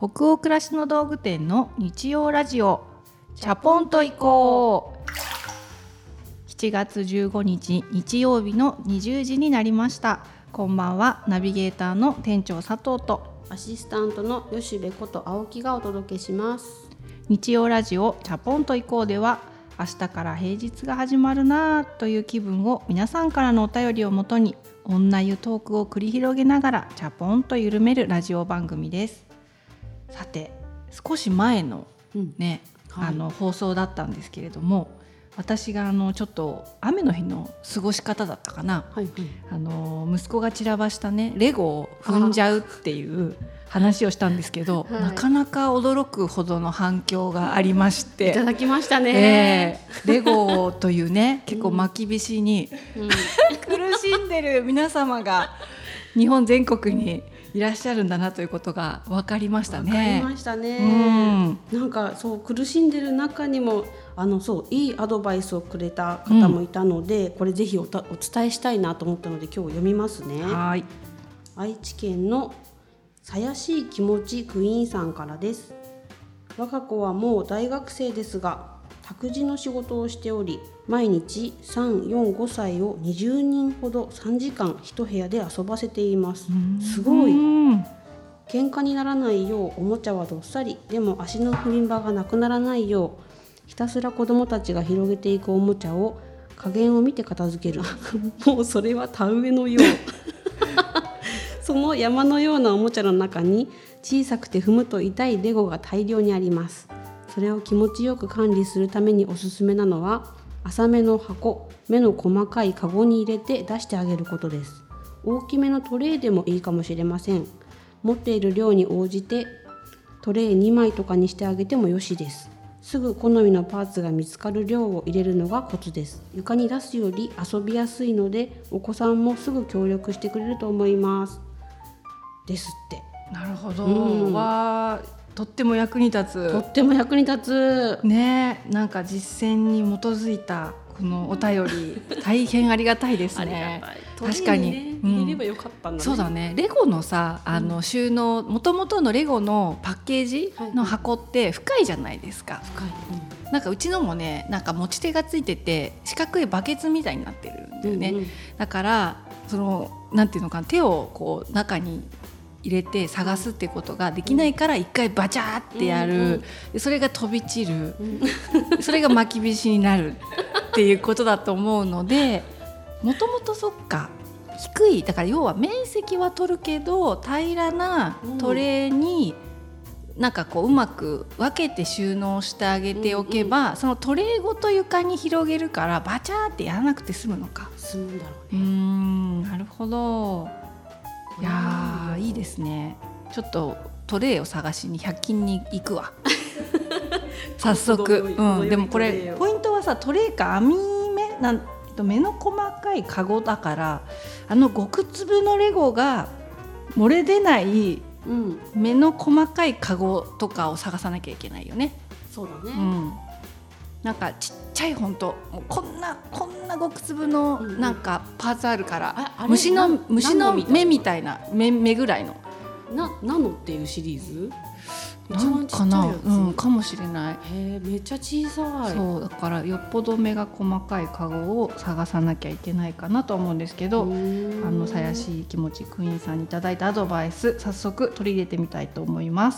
北欧暮らしの道具店の日曜ラジオ、チャポンと行こう。7月15日日曜日の20時になりました。こんばんは。ナビゲーターの店長佐藤とアシスタントの吉部こと青木がお届けします。 日曜ラジオチャポンと行こうでは、明日から平日が始まるなという気分を皆さんからのお便りをもとに女湯トークを繰り広げながらチャポンと緩めるラジオ番組です。さて、少し前のね、放送だったんですけれども、私がちょっと雨の日の過ごし方だったかな、息子が散らばしたねレゴを踏んじゃうっていう話をしたんですけど、なかなか驚くほどの反響がありまして、 いただきましたね、 レゴというね結構巻きびしに、苦しんでる皆様が日本全国にいらっしゃるんだなということが分かりましたね。 分かりましたね、なんかそう苦しんでる中にもいいアドバイスをくれた方もいたので、これぜひお伝えしたいなと思ったので今日読みますね。 はい。 愛知県のさやしい気持ちクイーンさんからです。我が子はもう大学生ですが、託児の仕事をしており、毎日3、4、5歳を20人ほど3時間一部屋で遊ばせています。すごい。喧嘩にならないようおもちゃはどっさり、でも足の踏み場がなくならないようひたすら子どもたちが広げていくおもちゃを加減を見て片付けるもうそれは田植えのようその山のようなおもちゃの中に小さくて踏むと痛いレゴが大量にあります。それを気持ちよく管理するためにおすすめなのは、浅めの箱、目の細かいカゴに入れて出してあげることです。大きめのトレイでもいいかもしれません。持っている量に応じてトレイ2枚とかにしてあげてもよしです。すぐ好みのパーツが見つかる量を入れるのがコツです。床に出すより遊びやすいので、お子さんもすぐ協力してくれると思いますですって。 なるほど、とっても役に立つ。 とっても役に立つね。なんか実践に基づいたこのお便り大変ありがたいですね。確かに、 入れればよかったんだね。 そうだね。レゴのさ、収納、元々のレゴのパッケージの箱って深いじゃないですか。 深い、 なんかうちのもね、なんか持ち手がついてて四角いバケツみたいになってるんだよね、だからなんていうのかな、手をこう中に入れて探すっていうことができないから、一回バチャーってやる、それが飛び散る、それが巻きびしになるっていうことだと思うので、もともとそっか、低いだから要は面積は取るけど平らなトレーになんかこううまく分けて収納してあげておけば、そのトレーごと床に広げるからバチャーってやらなくて済むのか。 済むんだろうね。 なるほど。いやいいですね。ちょっとトレーを探しに100均に行くわ早速。でもこれポイントはさ、トレーか網目目の細かいカゴだから、極粒のレゴが漏れ出ない目の細かいカゴとかを探さなきゃいけないよね。 そうだね、 なんかちっちゃい、ほんともうこんな極粒のなんかパーツあるから、虫の目みたいな目ぐらいのナノっていうシリーズ一番ちっちゃいやつ、かもしれない。 めっちゃ小さい。 そうだからよっぽど目が細かいカゴを探さなきゃいけないかなと思うんですけど、さやしい気持ちクイーンさんにいただいたアドバイス、早速取り入れてみたいと思います。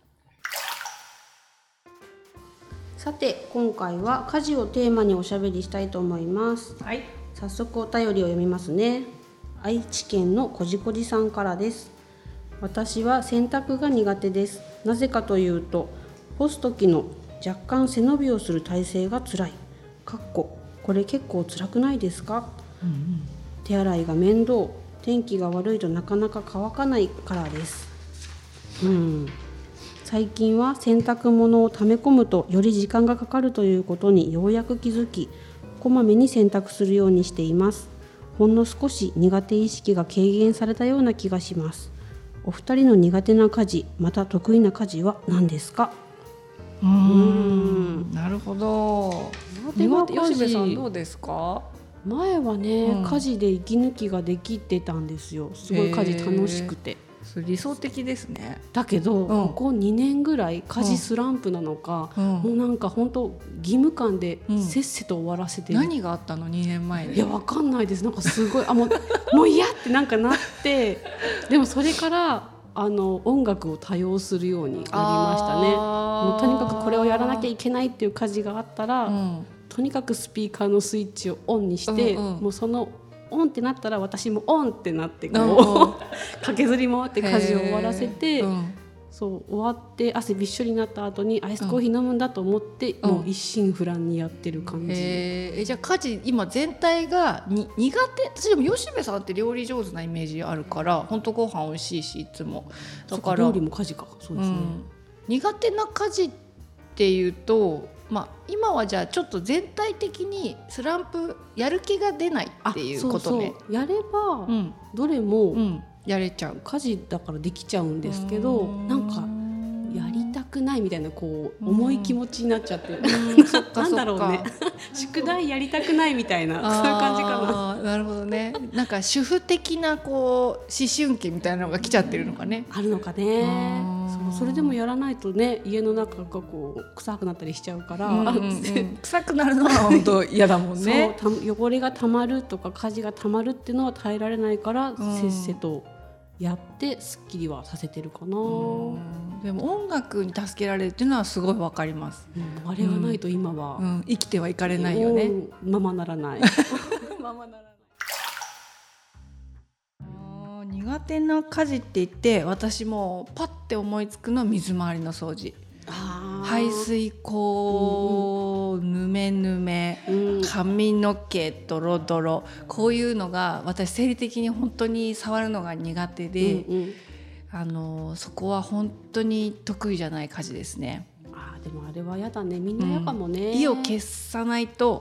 さて、今回は家事をテーマにおしゃべりしたいと思います。早速お便りを読みますね。愛知県のこじこじさんからです。私は洗濯が苦手です。なぜかというと、干す時の若干背伸びをする体勢がつらい。これ結構辛くないですか？手洗いが面倒、天気が悪いとなかなか乾かないからです。最近は洗濯物を溜め込むとより時間がかかるということにようやく気づき、こまめに洗濯するようにしています。ほんの少し苦手意識が軽減されたような気がします。お二人の苦手な家事、また得意な家事は何ですか？ なるほど。吉部さんどうですか？ 前はね、家事で息抜きができてたんですよ。すごい家事楽しくて。 それ理想的ですね。 だけど、ここ2年ぐらい家事スランプなのか、もうなんか本当義務感でせっせと終わらせてる、 何があったの2年前に。 いやわかんないです。なんかすごいもう嫌ってなんかなってでもそれから音楽を多用するようになりましたね。もうとにかくこれをやらなきゃいけないっていう家事があったら、とにかくスピーカーのスイッチをオンにして、もうそのオンってなったら私もオンってなってこう駆けずり回って家事を終わらせて、そう終わって汗びっしょりになった後にアイスコーヒー飲むんだと思って、もう一心不乱にやってる感じ。 じゃあ家事今全体が苦手。私でも吉部さんって料理上手なイメージあるから本当ご飯美味しいしいつもだから料理も家事か。そうですね、 苦手な家事っていうと、今はじゃあちょっと全体的にスランプやる気が出ないっていうことね。 そうやれば、どれも、 やれちゃう家事だからできちゃうんですけど、なんかやりたくないみたいなこう重い気持ちになっちゃってなんだろうね宿題やりたくないみたいな、そういう感じかな。 なるほどね。なんか主婦的なこう思春期みたいなのが来ちゃってるのかね。 あるのかね。それでもやらないとね、家の中がこう臭くなったりしちゃうから、 臭くなるのは本当嫌だもんね。 そう汚れがたまるとか家事がたまるっていうのは耐えられないから、せっせとやってすっきりはさせてるかな。 でも音楽に助けられるっていうのはすごいわかります、 あれがないと今は、 生きてはいかれないよね。 ままならないままならない。苦手な家事って言って私もパッて思いつくのは水回りの掃除。排水口ぬめぬめ、髪の毛ドロドロ、こういうのが私生理的に本当に触るのが苦手で、そこは本当に得意じゃない家事ですね。 でもあれはやだね。みんなやかもね、 意を消さないと、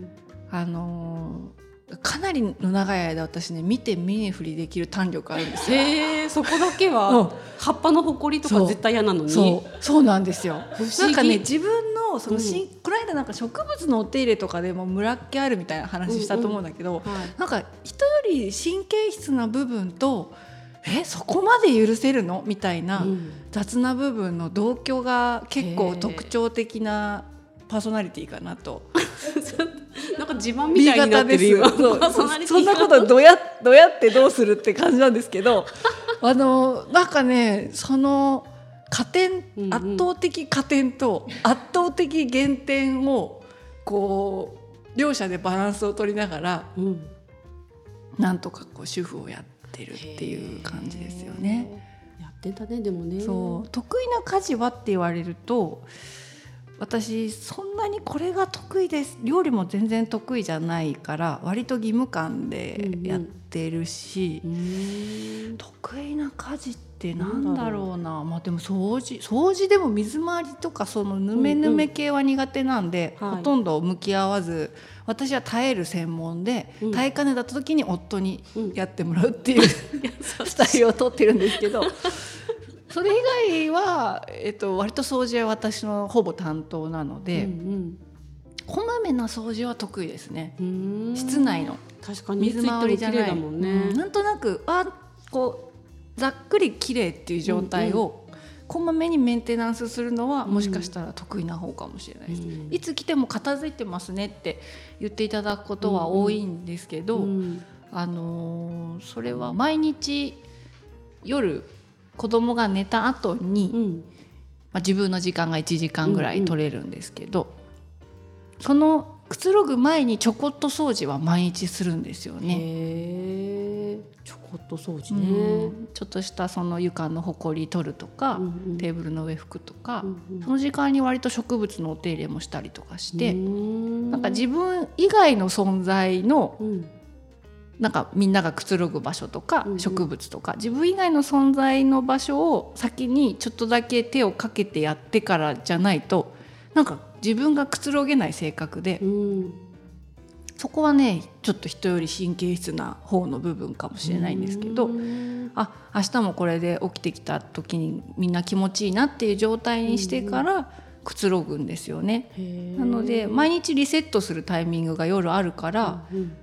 かなりの長い間私ね見て見ぬふりできる胆力あるんですよ。 そこだけは、葉っぱのほこりとか絶対嫌なのに。 そうなんですよ。なんかね自分のこの間なんか植物のお手入れとかでもムラっ気あるみたいな話したと思うんだけど、なんか人より神経質な部分とそこまで許せるのみたいな雑な部分の同居が結構特徴的なパーソナリティかなと。 なんか自慢みたいになってる今。 そんなことどうやってどうするって感じなんですけどなんかねその加点、圧倒的加点と圧倒的減点をこう両者でバランスを取りながら、なんとかこう主婦をやってるっていう感じですよね。 やってたね。でもね、 そう得意な家事はって言われると私そんなにこれが得意です、料理も全然得意じゃないから割と義務感でやってるし、得意な家事ってなんだろうな。でも掃除でも水回りとかそのぬめぬめ系は苦手なんで、ほとんど向き合わず私は耐える専門で、耐えかねだった時に夫にやってもらうっていう、スタイルを取ってるんですけどそれ以外は、割と掃除は私のほぼ担当なので、こまめな掃除は得意ですね。室内の確かに水回りじゃないもんね。 なんとなくこうざっくりきれいっていう状態をこまめにメンテナンスするのはもしかしたら得意な方かもしれないです、いつ来ても片付いてますねって言っていただくことは多いんですけど、それは毎日夜子供が寝た後に、自分の時間が1時間ぐらい取れるんですけど、そのくつろぐ前にちょこっと掃除は毎日するんですよね。 ちょこっと掃除ね、 ちょっとしたその床のほこり取るとか、テーブルの上拭くとか、その時間に割と植物のお手入れもしたりとかして、なんか自分以外の存在の、なんかみんながくつろぐ場所とか、植物とか自分以外の存在の場所を先にちょっとだけ手をかけてやってからじゃないとなんか自分がくつろげない性格で、そこはねちょっと人より神経質な方の部分かもしれないんですけど、明日もこれで起きてきた時にみんな気持ちいいなっていう状態にしてからくつろぐんですよね。なので毎日リセットするタイミングが夜あるから、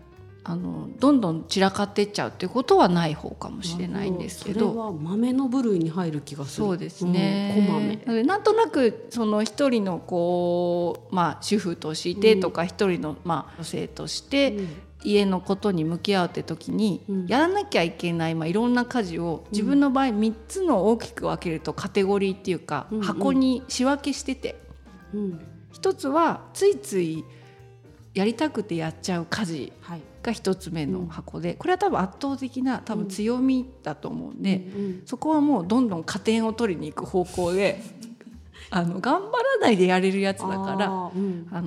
どんどん散らかっていっちゃうっていうことはない方かもしれないんですけど、 それは豆の部類に入る気がする。 そうですね、 小豆なのでなんとなくその一人のこう、主婦としてとか一人の女性として家のことに向き合うって時にやらなきゃいけない、いろんな家事を自分の場合3つの大きく分けるとカテゴリーっていうか箱に仕分けしてて、一つはついついやりたくてやっちゃう家事が一つ目の箱で、これは多分圧倒的な多分強みだと思うんで、そこはもうどんどん加点を取りに行く方向で頑張らないでやれるやつだから、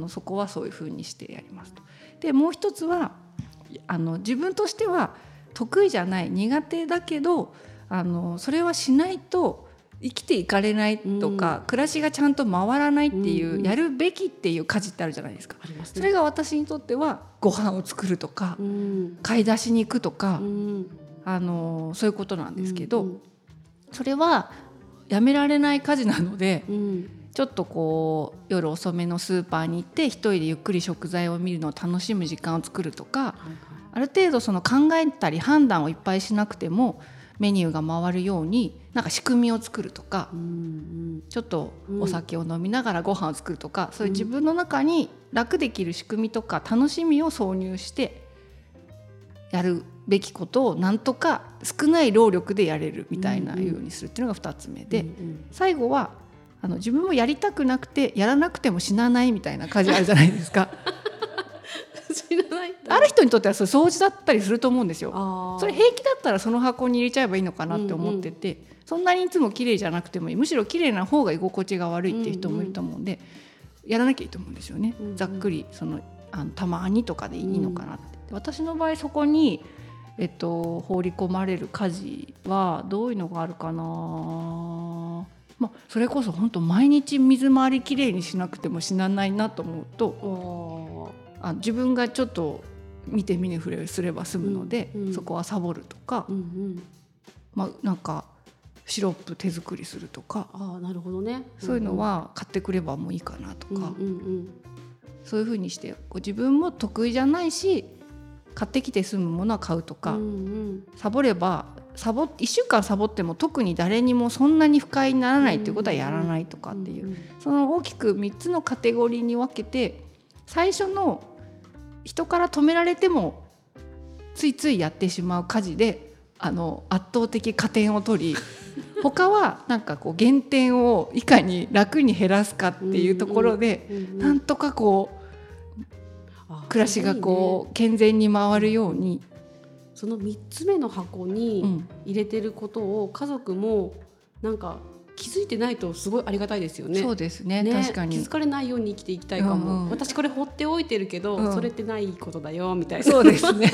そこはそういう風にしてやりますと。でもう一つは自分としては得意じゃない苦手だけどそれはしないと生きていかれないとか、暮らしがちゃんと回らないっていう、やるべきっていう家事ってあるじゃないですか。それが私にとってはご飯を作るとか、買い出しに行くとか、そういうことなんですけど、それはやめられない家事なので、ちょっとこう夜遅めのスーパーに行って一人でゆっくり食材を見るのを楽しむ時間を作るとか、ある程度その考えたり判断をいっぱいしなくてもメニューが回るようになんか仕組みを作るとか、ちょっとお酒を飲みながらご飯を作るとか、そういう自分の中に楽できる仕組みとか楽しみを挿入してやるべきことをなんとか少ない労力でやれるみたいなようにするっていうのが2つ目で、最後は自分もやりたくなくてやらなくても死なないみたいな家事あるじゃないですか死なないある人にとってはそれ掃除だったりすると思うんですよ。それ平気だったらその箱に入れちゃえばいいのかなって思ってて、そんなにいつも綺麗じゃなくてもいい、むしろ綺麗な方が居心地が悪いっていう人もいると思うんで、やらなきゃいいと思うんですよね。ざっくりたまにとかでいいのかなって。私の場合そこに、放り込まれる家事はどういうのがあるかな。それこそ本当毎日水回りきれいにしなくても死なないなと思うと、自分がちょっと見て見ぬふりすれば済むので、そこはサボるとか、なんかシロップ手作りするとか、 なるほどね、 そういうのは買ってくればもういいかなとか、そういうふうにして自分も得意じゃないし買ってきて済むものは買うとか、サボれば1週間サボっても特に誰にもそんなに不快にならないっていうことはやらないとかっていう、その大きく3つのカテゴリーに分けて、最初の人から止められてもついついやってしまう家事で圧倒的加点を取り他はなんかこう減点をいかに楽に減らすかっていうところで、なんとかこう暮らしがこう健全に回るように、 その3つ目の箱に入れてることを家族もなんか気づいてないとすごいありがたいですよね。 そうですね、確かに気づかれないように生きていきたいかも、私これ放っておいてるけど、それってないことだよみたいな。 そうですね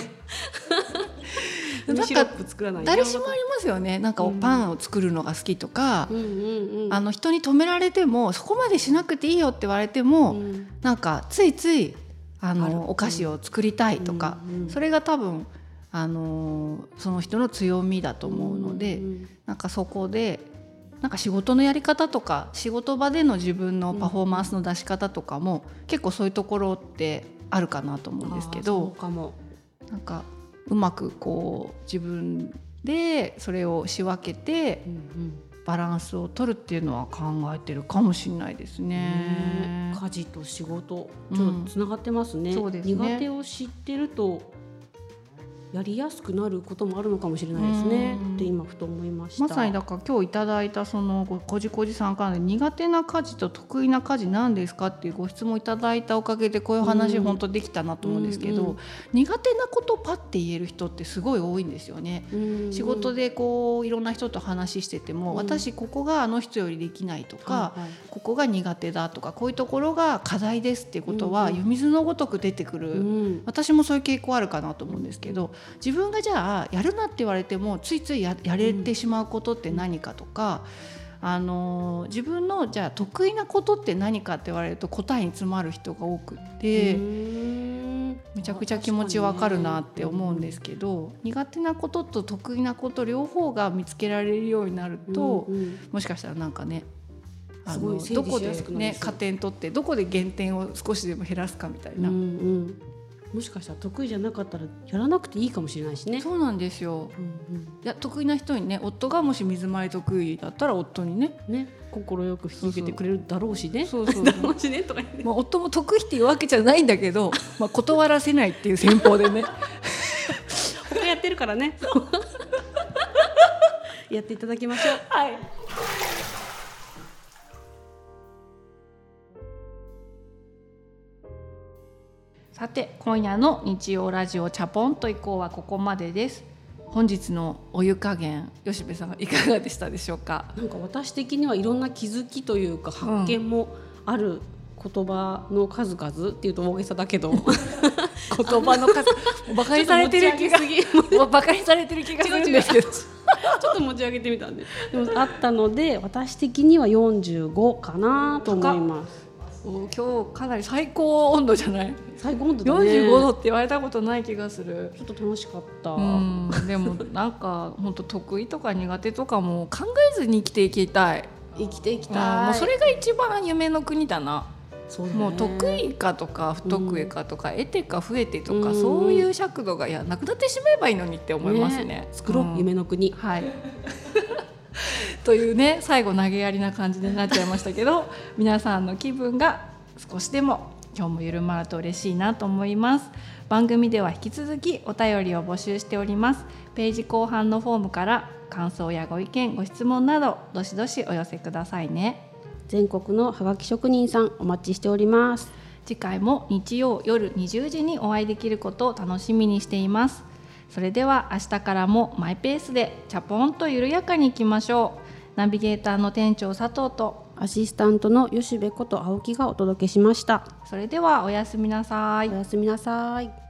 シロップ作らないよ。 誰しもありますよね。なんかパンを作るのが好きとか、人に止められてもそこまでしなくていいよって言われても、なんかついついお菓子を作りたいとか、それが多分その人の強みだと思うので、なんかそこでなんか仕事のやり方とか仕事場での自分のパフォーマンスの出し方とかも、結構そういうところってあるかなと思うんですけど、なんかうまくこう自分でそれを仕分けてバランスを取るっていうのは考えてるかもしれないですね。 家事と仕事ちょっとつながってますね。 そうですね。 苦手を知ってるとやりやすくなることもあるのかもしれないですねって今ふと思いました。 まさにだから今日いただいたそのこじこじさんから苦手な家事と得意な家事なんですかっていうご質問いただいたおかげでこういう話本当できたなと思うんですけど、苦手なことパッて言える人ってすごい多いんですよね。仕事でこういろんな人と話してても、私ここがあの人よりできないとか、ここが苦手だとか、こういうところが課題ですっていうことは湯水のごとく出てくる、私もそういう傾向あるかなと思うんですけど、自分がじゃあやるなって言われてもついつい やれてしまうことって何かとか、自分のじゃあ得意なことって何かって言われると答えに詰まる人が多くって、めちゃくちゃ気持ちわかるなって思うんですけど、苦手なことと得意なこと両方が見つけられるようになると、もしかしたらなんかね、どこでね加点取ってどこで減点を少しでも減らすかみたいな、 もしかしたら得意じゃなかったらやらなくていいかもしれないしね。 そうなんですよ、 うんうん、 いや得意な人にね、夫がもし水回り得意だったら夫にね、 心よく引き受けてくれるだろうしね。 そうそうだろうしねとか言って、 夫も得意っていうわけじゃないんだけど、断らせないっていう戦法でね他やってるからねやっていただきましょう。 はい。さて今夜の日曜ラジオチャポンと以降はここまでです。本日のお湯加減、吉部さんいかがでしたでしょうか。 なんか私的にはいろんな気づきというか発見もある言葉の数々っていうと大げさだけど言葉の数バカにされてる気がバカにされてる気がするんですけどちょっと持ち上げてみたんで、でもあったので私的には45かなと思います。 今日かなり最高温度じゃない？ 最高温度だね。 45度って言われたことない気がする。 ちょっと楽しかった。 でもなんか本当得意とか苦手とかも考えずに生きていきたい。 生きていきたい。 もうそれが一番夢の国だな。 そうだね、 もう得意かとか不得意かとか、得てか増えてとか、そういう尺度がなくなってしまえばいいのにって思いますね。 作ろう、夢の国。 はいというね、最後投げやりな感じになっちゃいましたけど皆さんの気分が少しでも今日も緩まると嬉しいなと思います。番組では引き続きお便りを募集しております。ページ後半のフォームから感想やご意見ご質問などどしどしお寄せくださいね。 全国のハガキ職人さんお待ちしております。 次回も日曜夜20時にお会いできることを楽しみにしています。それでは明日からもマイペースでチャポンと緩やかにいきましょう。ナビゲーターの店長佐藤とアシスタントの吉部こと青木がお届けしました。 それではおやすみなさい。 おやすみなさい。